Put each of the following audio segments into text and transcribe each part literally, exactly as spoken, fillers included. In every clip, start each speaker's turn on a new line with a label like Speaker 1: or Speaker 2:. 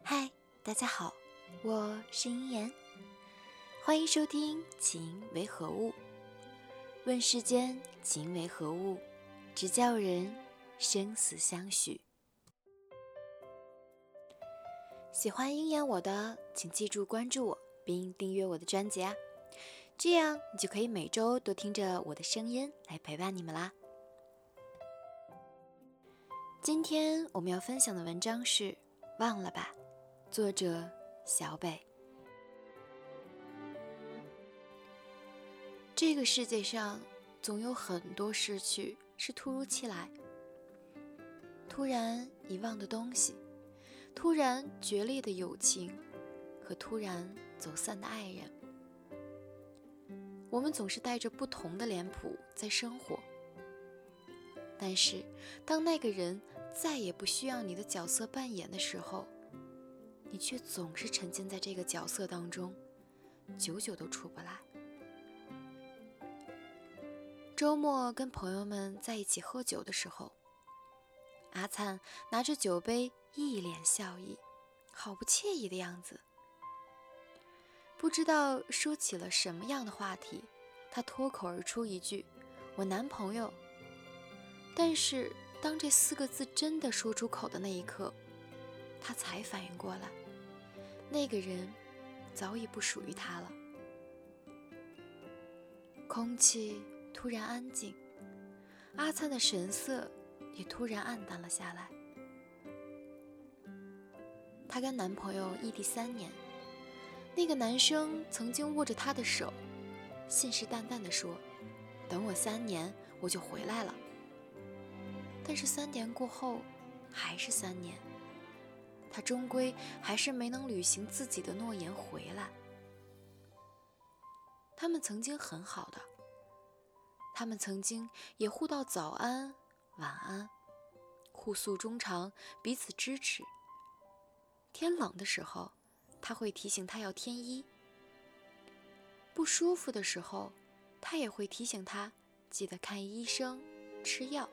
Speaker 1: 嗨，大家好，我是殷言，欢迎收听情为何物。问世间情为何物，直教人生死相许。喜欢鹰眼我的，请记住关注我并订阅我的专辑啊，这样你就可以每周都听着我的声音来陪伴你们啦。今天我们要分享的文章是《忘了吧》，作者小北。这个世界上总有很多失去是突如其来，突然遗忘的东西，突然决裂的友情和突然走散的爱人。我们总是带着不同的脸谱在生活，但是当那个人再也不需要你的角色扮演的时候，你却总是沉浸在这个角色当中，久久都出不来。周末跟朋友们在一起喝酒的时候，阿灿拿着酒杯一脸笑意，好不惬意的样子。不知道说起了什么样的话题，他脱口而出一句我男朋友。但是当这四个字真的说出口的那一刻，他才反应过来，那个人早已不属于他了。空气突然安静，阿灿的神色也突然暗淡了下来。她跟男朋友异地三年，那个男生曾经握着她的手，信誓旦旦地说，等我三年我就回来了。但是三年过后还是三年，他终归还是没能履行自己的诺言回来。他们曾经很好的，他们曾经也互道早安晚安，互诉衷肠，彼此支持。天冷的时候他会提醒他要添衣，不舒服的时候他也会提醒他记得看医生吃药。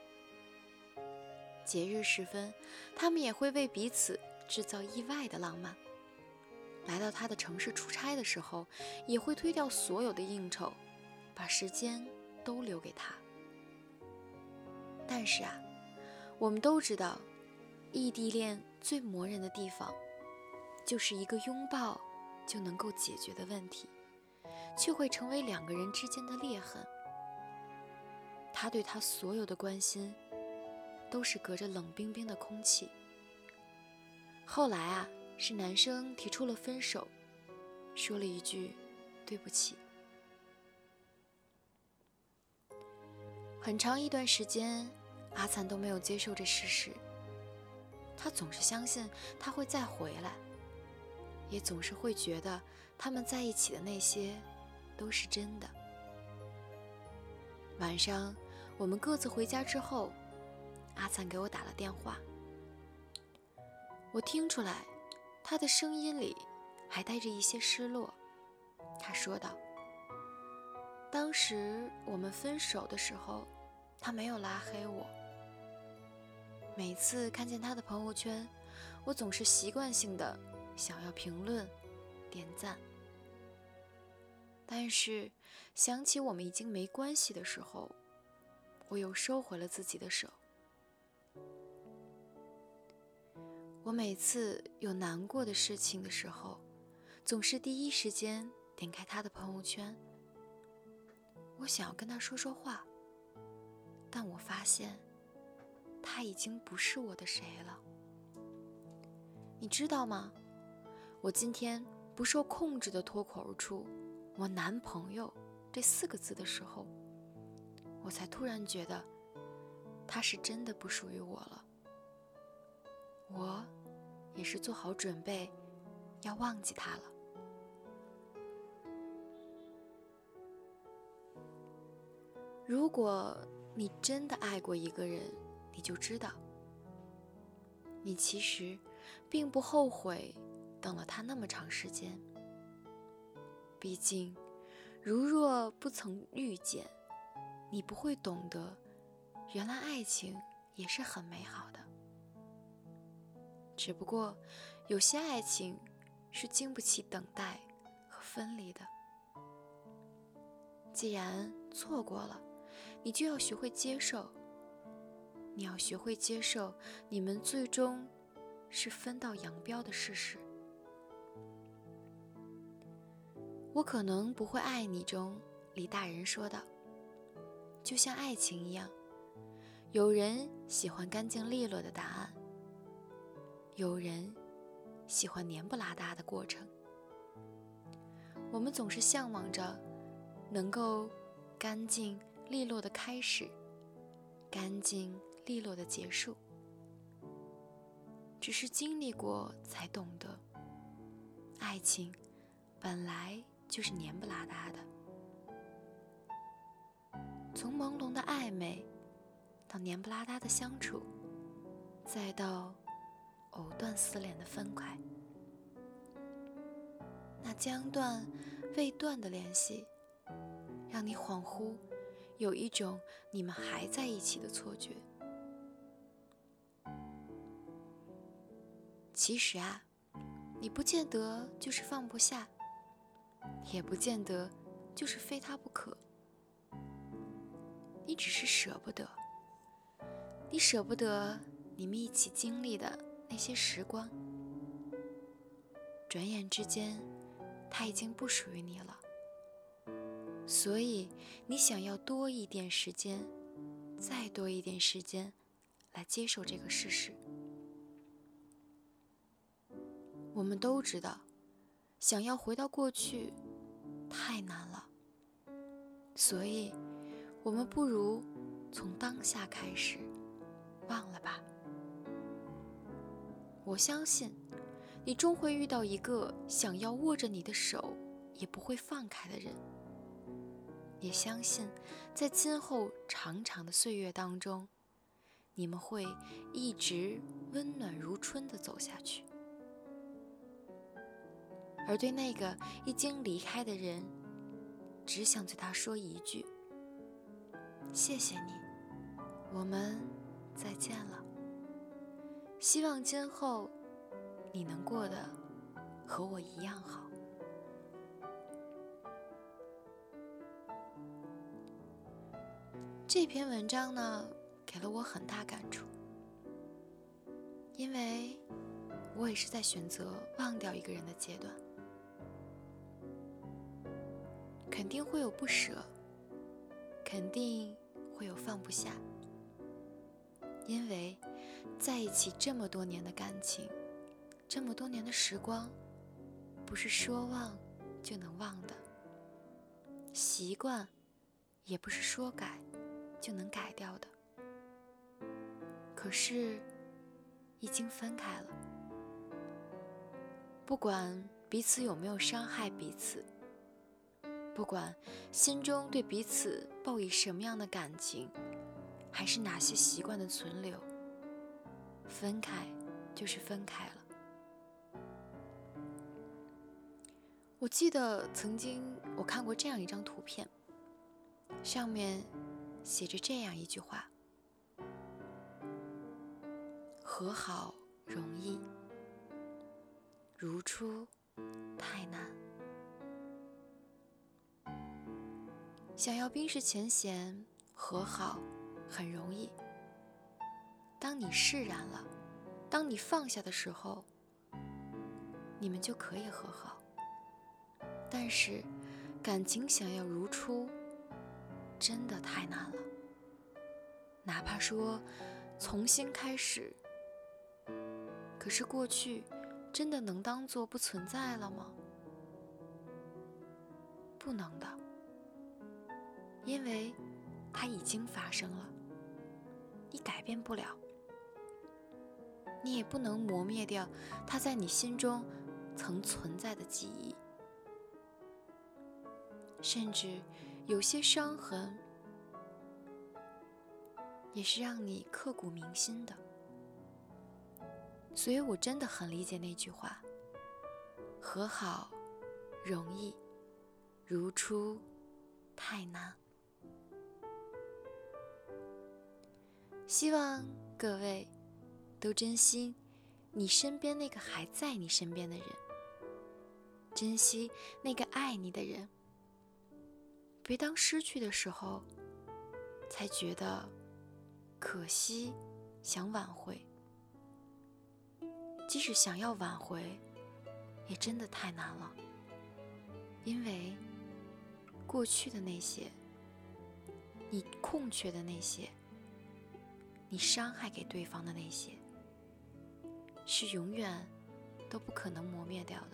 Speaker 1: 节日时分，他们也会为彼此制造意外的浪漫。来到他的城市出差的时候，也会推掉所有的应酬，把时间都留给他。但是啊，我们都知道，异地恋最磨人的地方，就是一个拥抱就能够解决的问题，却会成为两个人之间的裂痕。他对他所有的关心，都是隔着冷冰冰的空气。后来啊，是男生提出了分手，说了一句对不起。很长一段时间，阿灿都没有接受这事实。他总是相信他会再回来，也总是会觉得他们在一起的那些都是真的。晚上我们各自回家之后，阿灿给我打了电话，我听出来他的声音里还带着一些失落。他说道，当时我们分手的时候，他没有拉黑我。每次看见他的朋友圈，我总是习惯性的想要评论点赞，但是想起我们已经没关系的时候，我又收回了自己的手。我每次有难过的事情的时候，总是第一时间点开他的朋友圈，我想要跟他说说话，但我发现他已经不是我的谁了。你知道吗？我今天不受控制地脱口而出我男朋友这四个字的时候，我才突然觉得他是真的不属于我了。我也是做好准备要忘记他了。如果你真的爱过一个人，你就知道，你其实并不后悔等了他那么长时间。毕竟如若不曾遇见，你不会懂得原来爱情也是很美好的。只不过有些爱情是经不起等待和分离的。既然错过了，你就要学会接受。你要学会接受你们最终是分道扬镳的事实。我可能不会爱你中李大人说的，就像爱情一样，有人喜欢干净利落的答案，有人喜欢黏不拉搭的过程。我们总是向往着能够干净利落的开始，干净利落的结束。只是经历过才懂得，爱情本来就是黏不拉搭的。从朦胧的暧昧到黏不拉搭的相处，再到藕断丝连的分开，那将断未断的联系，让你恍惚有一种你们还在一起的错觉。其实啊，你不见得就是放不下，也不见得就是非他不可，你只是舍不得。你舍不得你们一起经历的那些时光，转眼之间它已经不属于你了，所以你想要多一点时间，再多一点时间来接受这个事实。我们都知道，想要回到过去太难了，所以我们不如从当下开始，忘了吧。我相信你终会遇到一个想要握着你的手也不会放开的人，也相信在今后长长的岁月当中，你们会一直温暖如春地走下去。而对那个已经离开的人，只想对他说一句：谢谢你，我们再见了。希望今后你能过得和我一样好。这篇文章呢，给了我很大感触，因为我也是在选择忘掉一个人的阶段，肯定会有不舍，肯定会有放不下，因为在一起这么多年的感情，这么多年的时光，不是说忘就能忘的，习惯也不是说改就能改掉的。可是已经分开了，不管彼此有没有伤害彼此，不管心中对彼此抱以什么样的感情，还是哪些习惯的存留，分开就是分开了。我记得曾经我看过这样一张图片，上面写着这样一句话：和好容易，如初太难。想要冰释前嫌，和好很容易。当你释然了，当你放下的时候，你们就可以和好。但是感情想要如初，真的太难了。哪怕说重新开始，可是过去真的能当作不存在了吗？不能的，因为它已经发生了，你改变不了，你也不能磨灭掉它在你心中曾存在的记忆。甚至有些伤痕也是让你刻骨铭心的。所以我真的很理解那句话：和好容易，如初太难。希望各位都珍惜你身边那个还在你身边的人，珍惜那个爱你的人，别当失去的时候才觉得可惜，想挽回。即使想要挽回，也真的太难了，因为过去的那些，你空缺的那些，你伤害给对方的那些，是永远都不可能磨灭掉的。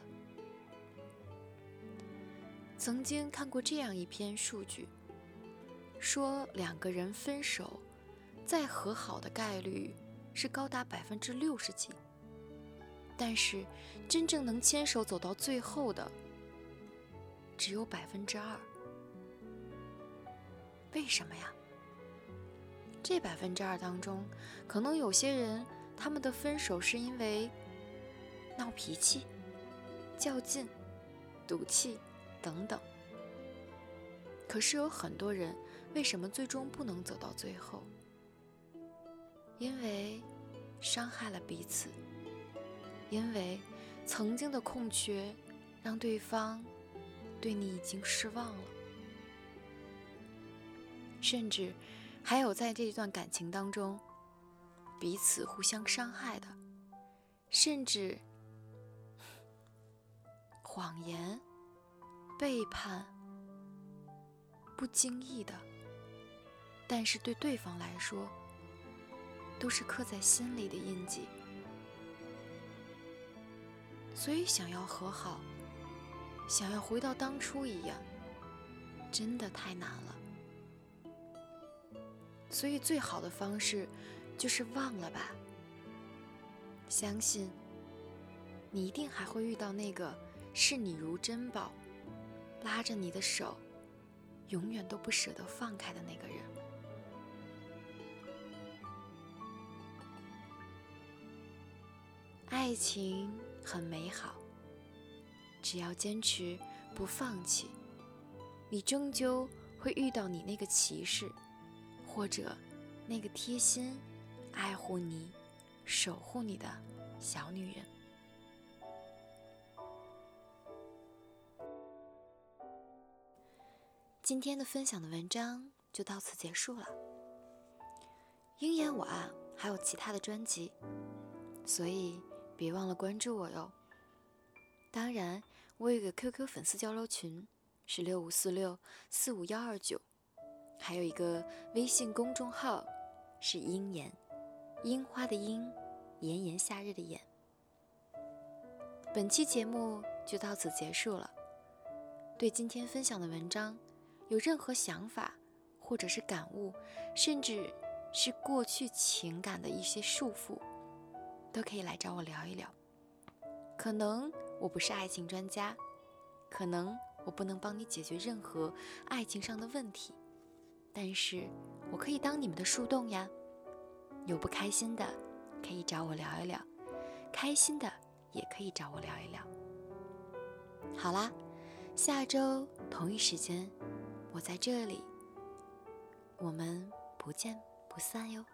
Speaker 1: 曾经看过这样一篇数据，说两个人分手再和好的概率是高达百分之六十几，但是真正能牵手走到最后的只有百分之二。为什么呀？这百分之二当中，可能有些人他们的分手是因为闹脾气、较劲、赌气等等。可是有很多人为什么最终不能走到最后？因为伤害了彼此，因为曾经的空缺让对方对你已经失望了，甚至还有在这段感情当中彼此互相伤害的，甚至谎言、背叛，不经意的，但是对对方来说都是刻在心里的印记。所以想要和好，想要回到当初一样，真的太难了。所以最好的方式就是忘了吧，相信你一定还会遇到那个视你如珍宝，拉着你的手永远都不舍得放开的那个人。爱情很美好，只要坚持不放弃，你终究会遇到你那个骑士，或者那个贴心爱护你、守护你的小女人。今天的分享的文章就到此结束了。鹰眼我啊还有其他的专辑，所以别忘了关注我哟。当然我有个 Q Q 粉丝交流群，是六五四六四五幺二九，还有一个微信公众号是鹰眼，樱花的樱，炎炎夏日的炎。本期节目就到此结束了。对今天分享的文章有任何想法或者是感悟，甚至是过去情感的一些束缚，都可以来找我聊一聊。可能我不是爱情专家，可能我不能帮你解决任何爱情上的问题，但是我可以当你们的树洞呀。有不开心的可以找我聊一聊，开心的也可以找我聊一聊。好啦，下周同一时间我在这里，我们不见不散哟。